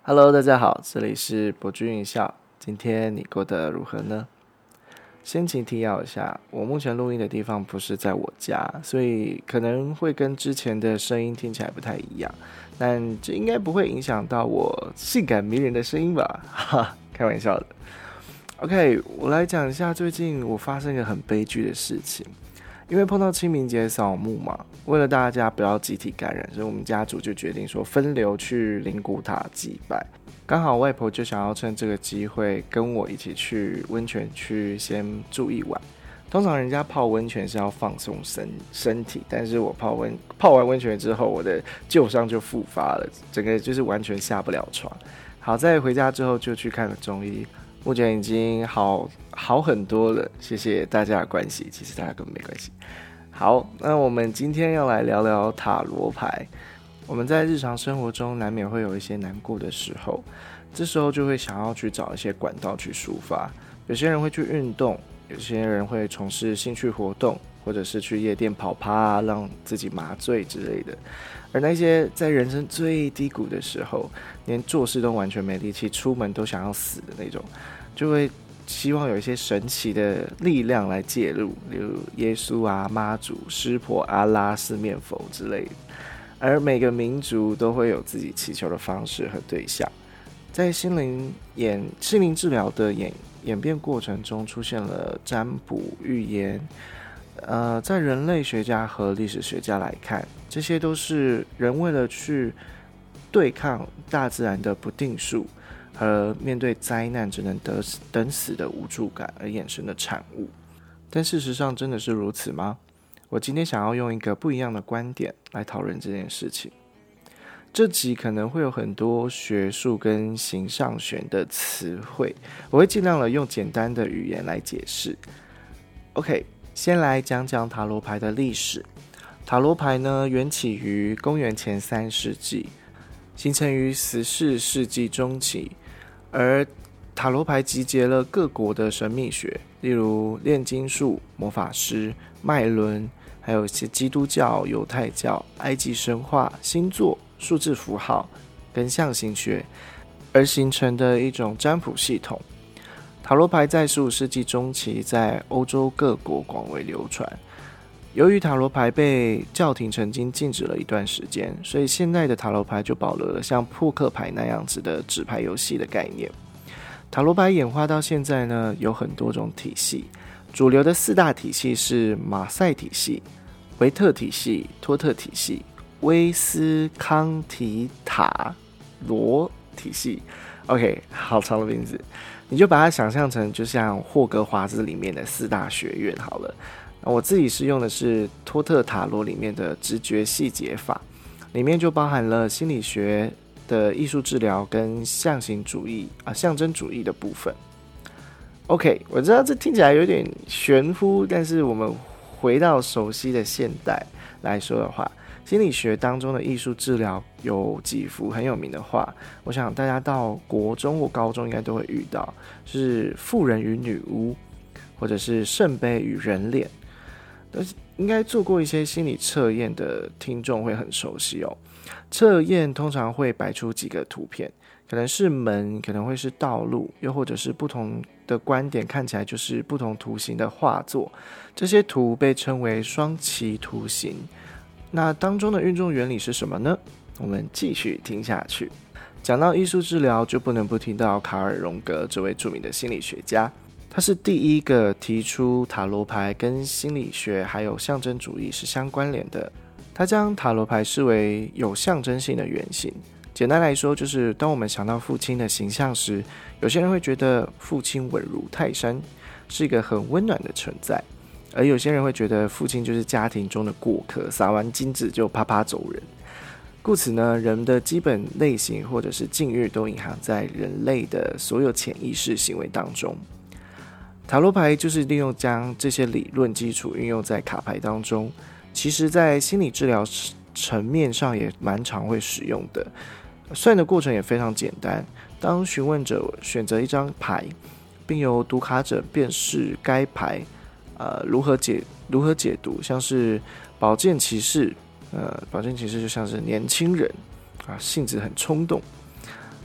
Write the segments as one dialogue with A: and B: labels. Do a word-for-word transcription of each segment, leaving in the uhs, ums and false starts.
A: Hello，大家好，这里是博君一笑。今天你过得如何呢？先请提要一下，我目前录音的地方不是在我家，所以可能会跟之前的声音听起来不太一样，但这应该不会影响到我性感迷人的声音吧？哈，开玩笑的。OK，我来讲一下最近我发生一个很悲剧的事情。因为碰到清明节扫墓嘛，为了大家不要集体感染，所以我们家族就决定说分流去灵骨塔祭拜。刚好外婆就想要趁这个机会跟我一起去温泉区先住一晚。通常人家泡温泉是要放松身身体，但是我泡温泡完温泉之后，我的旧伤就复发了，整个就是完全下不了床。好在回家之后就去看了中医。目前已经好好很多了，谢谢大家的关系，其实大家根本没关系。好，那我们今天要来聊聊塔罗牌。我们在日常生活中难免会有一些难过的时候，这时候就会想要去找一些管道去抒发。有些人会去运动，有些人会从事兴趣活动，或者是去夜店跑趴啊，让自己麻醉之类的。而那些在人生最低谷的时候，连做事都完全没力气，出门都想要死的那种，就会希望有一些神奇的力量来介入，例如耶稣啊、妈祖、湿婆、阿拉、四面佛之类的。而每个民族都会有自己祈求的方式和对象。在心灵演心灵治疗的演演变过程中，出现了占卜、预言。呃，在人类学家和历史学家来看，这些都是人为了去对抗大自然的不定数和面对灾难只能得等死的无助感而衍生的产物。但事实上真的是如此吗？我今天想要用一个不一样的观点来讨论这件事情。这集可能会有很多学术跟形上学的词汇，我会尽量的用简单的语言来解释。OK， 先来讲讲塔罗牌的历史。塔罗牌呢，源起于公元前三世纪，形成于十四世纪中期。而塔罗牌集结了各国的神秘学，例如炼金术、魔法师、脉轮，还有一些基督教、犹太教、埃及神话、星座、数字符号跟象形学而形成的一种占卜系统。塔罗牌在十五世纪中期在欧洲各国广为流传。由于塔罗牌被教廷曾经禁止了一段时间，所以现在的塔罗牌就保留了像扑克牌那样子的纸牌游戏的概念。塔罗牌演化到现在呢，有很多种体系，主流的四大体系是马赛体系、维特体系、托特体系、威斯康提塔罗体系。 OK， 好长的名字，你就把它想象成就像霍格华兹里面的四大学院好了。我自己是用的是托特塔罗里面的直觉细节法，里面就包含了心理学的艺术治疗跟象形主义啊象征主义的部分。OK， 我知道这听起来有点玄乎，但是我们回到熟悉的现代来说的话，心理学当中的艺术治疗有几幅很有名的画，我想大家到国中或高中应该都会遇到，是妇人与女巫，或者是圣杯与人脸。应该做过一些心理测验的听众会很熟悉哦。测验通常会摆出几个图片，可能是门，可能会是道路，又或者是不同的观点看起来就是不同图形的画作。这些图被称为双旗图形。那当中的运作原理是什么呢？我们继续听下去。讲到艺术治疗，就不能不提到卡尔荣格这位著名的心理学家。他是第一个提出塔罗牌跟心理学还有象征主义是相关联的。他将塔罗牌视为有象征性的原型。简单来说，就是当我们想到父亲的形象时，有些人会觉得父亲稳如泰山，是一个很温暖的存在，而有些人会觉得父亲就是家庭中的过客，撒完金子就啪啪走人。故此呢，人的基本类型或者是境遇都隐含在人类的所有潜意识行为当中。塔罗牌就是利用将这些理论基础运用在卡牌当中，其实在心理治疗层面上也蛮常会使用的。算的过程也非常简单，当询问者选择一张牌，并由读卡者辨识该牌、呃、如何解如何解读，像是宝剑骑士，呃，宝剑骑士就像是年轻人啊，性子很冲动。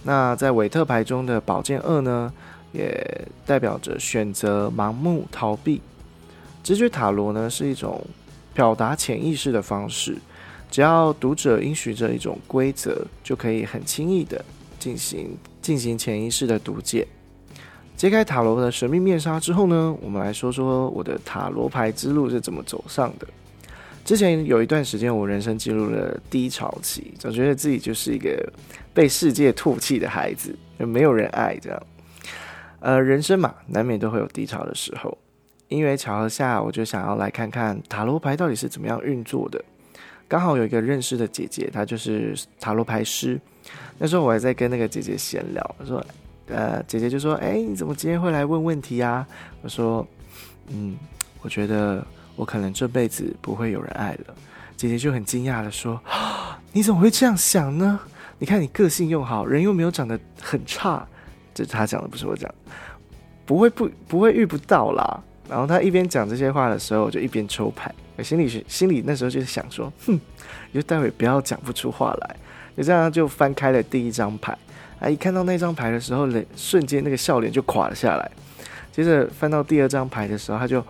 A: 那在韦特牌中的宝剑二呢，也代表着选择、盲目、逃避。直觉塔罗呢是一种表达潜意识的方式，只要读者应循着一种规则，就可以很轻易的进行进行潜意识的读解。揭开塔罗的神秘面纱之后呢，我们来说说我的塔罗牌之路是怎么走上的。之前有一段时间，我人生进入了低潮期，总觉得自己就是一个被世界唾弃的孩子，就没有人爱这样。呃，人生嘛，难免都会有低潮的时候。因为巧合下，我就想要来看看塔罗牌到底是怎么样运作的。刚好有一个认识的姐姐，她就是塔罗牌师。那时候我还在跟那个姐姐闲聊，我说，呃，姐姐就说：“哎，你怎么今天会来问问题啊？”我说：“嗯，我觉得我可能这辈子不会有人爱了。”姐姐就很惊讶的说：“你怎么会这样想呢？你看你个性又好，人又没有长得很差。”这是她讲的，不是我讲，不会不不会遇不到啦。然后他一边讲这些话的时候，我就一边抽牌。我心里心里那时候就想说，哼，你就待会不要讲不出话来。就这样就翻开了第一张牌。啊，一看到那张牌的时候，瞬间那个笑脸就垮了下来。接着翻到第二张牌的时候，他就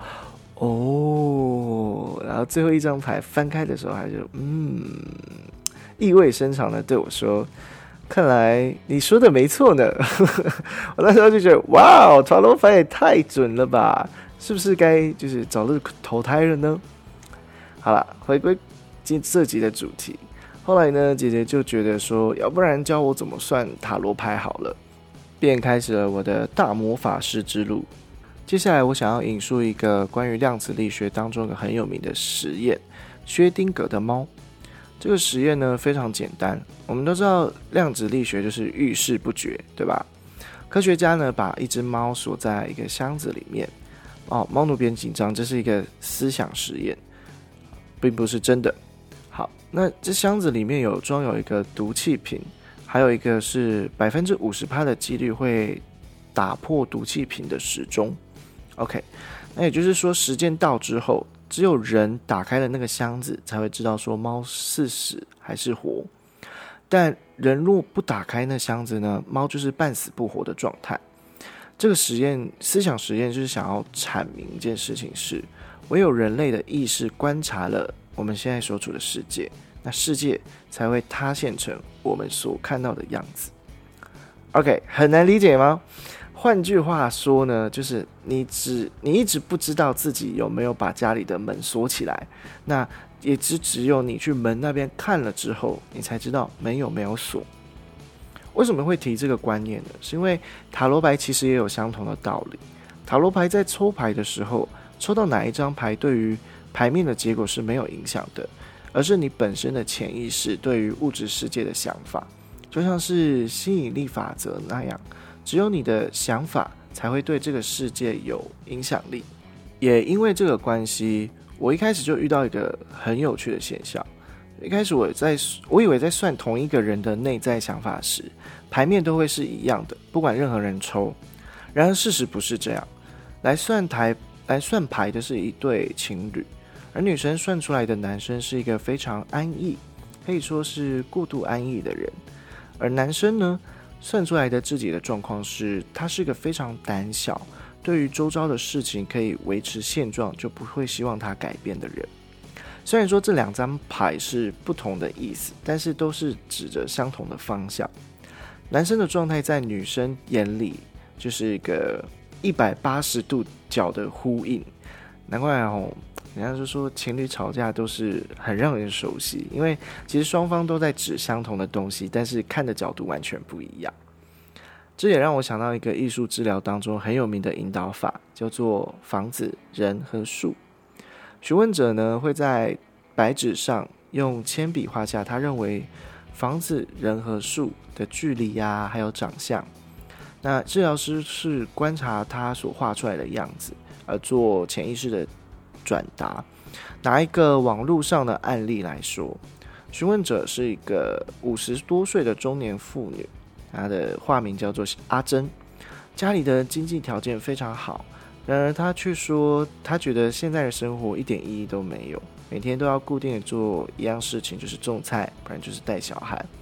A: 哦，然后最后一张牌翻开的时候，他就嗯，意味深长的对我说：“看来你说的没错呢。”我那时候就觉得，哇，塔罗牌也太准了吧！是不是该就是早日投胎了呢？好了，回归这集的主题。后来呢，姐姐就觉得说，要不然教我怎么算塔罗牌好了，便开始了我的大魔法师之路。接下来，我想要引述一个关于量子力学当中一个很有名的实验——薛丁格的猫。这个实验呢非常简单，我们都知道量子力学就是遇事不决，对吧？科学家呢把一只猫锁在一个箱子里面。哦，猫奴别紧张，这是一个思想实验，并不是真的。好，那这箱子里面有装有一个毒气瓶，还有一个是百分之五十趴的几率会打破毒气瓶的时钟。OK， 那也就是说，时间到之后，只有人打开了那个箱子，才会知道说猫是死还是活。但人若不打开那箱子呢，猫就是半死不活的状态。这个实验思想实验就是想要阐明一件事情是，唯有人类的意识观察了我们现在所处的世界，那世界才会塌陷成我们所看到的样子。OK， 很难理解吗？换句话说呢，就是你只你一直不知道自己有没有把家里的门锁起来，那也只只有你去门那边看了之后，你才知道门有没有锁。为什么会提这个观念呢？是因为塔罗牌其实也有相同的道理。塔罗牌在抽牌的时候，抽到哪一张牌对于牌面的结果是没有影响的，而是你本身的潜意识对于物质世界的想法，就像是吸引力法则那样，只有你的想法才会对这个世界有影响力。也因为这个关系，我一开始就遇到一个很有趣的现象。一开始我在我以为在算同一个人的内在想法时，牌面都会是一样的，不管任何人抽。然而事实不是这样，来算台来算牌的是一对情侣，而女生算出来的男生是一个非常安逸，可以说是过度安逸的人。而男生呢，算出来的自己的状况是，他是一个非常胆小，对于周遭的事情可以维持现状，就不会希望他改变的人。虽然说这两张牌是不同的意思，但是都是指着相同的方向。男生的状态在女生眼里就是一个一百八十度角的呼应，难怪哦，人家就说情侣吵架都是很让人熟悉，因为其实双方都在指相同的东西，但是看的角度完全不一样。这也让我想到一个艺术治疗当中很有名的引导法，叫做房子、人和树。询问者呢会在白纸上用铅笔画下他认为房子、人和树的距离啊，还有长相。那治疗师是观察他所画出来的样子，而做潜意识的转达。拿一个网络上的案例来说，询问者是一个五十多岁的中年妇女，她的化名叫做阿珍，家里的经济条件非常好。然而他却说，他觉得现在的生活一点意义都没有，每天都要固定的做一样事情，就是种菜，不然就是带小孩。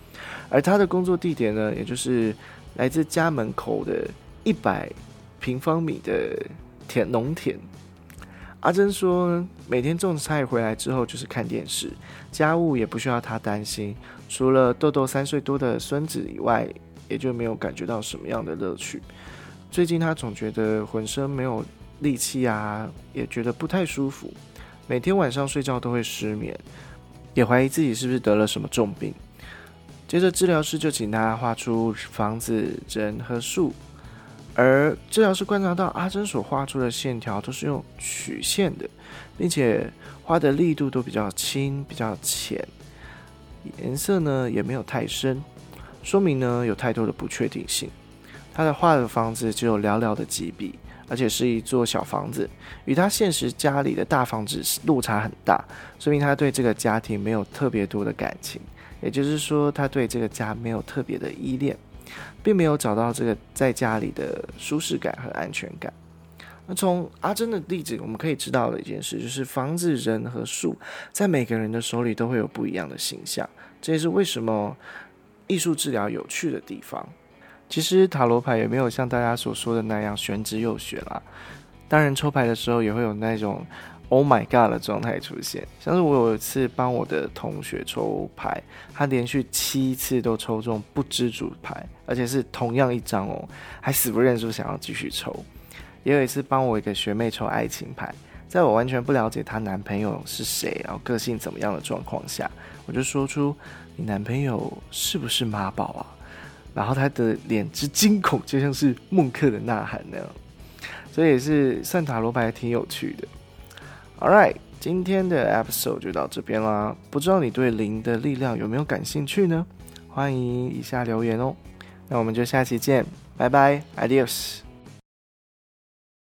A: 而他的工作地点呢，也就是来自家门口的一百平方米的田农田。阿珍说，每天种菜回来之后就是看电视，家务也不需要他担心，除了豆豆三岁多的孙子以外，也就没有感觉到什么样的乐趣。最近他总觉得浑身没有力气啊，也觉得不太舒服，每天晚上睡觉都会失眠，也怀疑自己是不是得了什么重病。接着治疗师就请他画出房子、人和树，而治疗师观察到阿珍所画出的线条都是用曲线的，并且画的力度都比较轻、比较浅，颜色呢也没有太深，说明呢有太多的不确定性。他的画的房子只有寥寥的几笔，而且是一座小房子，与他现实家里的大房子落差很大，说明他对这个家庭没有特别多的感情，也就是说他对这个家没有特别的依恋，并没有找到这个在家里的舒适感和安全感。那从阿珍的例子我们可以知道的一件事，就是房子、人和树在每个人的手里都会有不一样的形象，这也是为什么艺术治疗有趣的地方。其实塔罗牌也没有像大家所说的那样玄之又玄啦，当然抽牌的时候也会有那种 Oh my God 的状态出现。像是我有一次帮我的同学抽牌，他连续七次都抽中不知主牌，而且是同样一张哦，还死不认输想要继续抽。也有一次帮我一个学妹抽爱情牌，在我完全不了解她男朋友是谁，然后个性怎么样的状况下，我就说出你男朋友是不是妈宝啊？然后他的脸之惊恐就像是孟克的呐喊那样，所以也是算塔罗牌挺有趣的。Alright， 今天的 episode 就到这边啦。不知道你对灵的力量有没有感兴趣呢？欢迎以下留言哦。那我们就下期见，拜拜 ，Adios。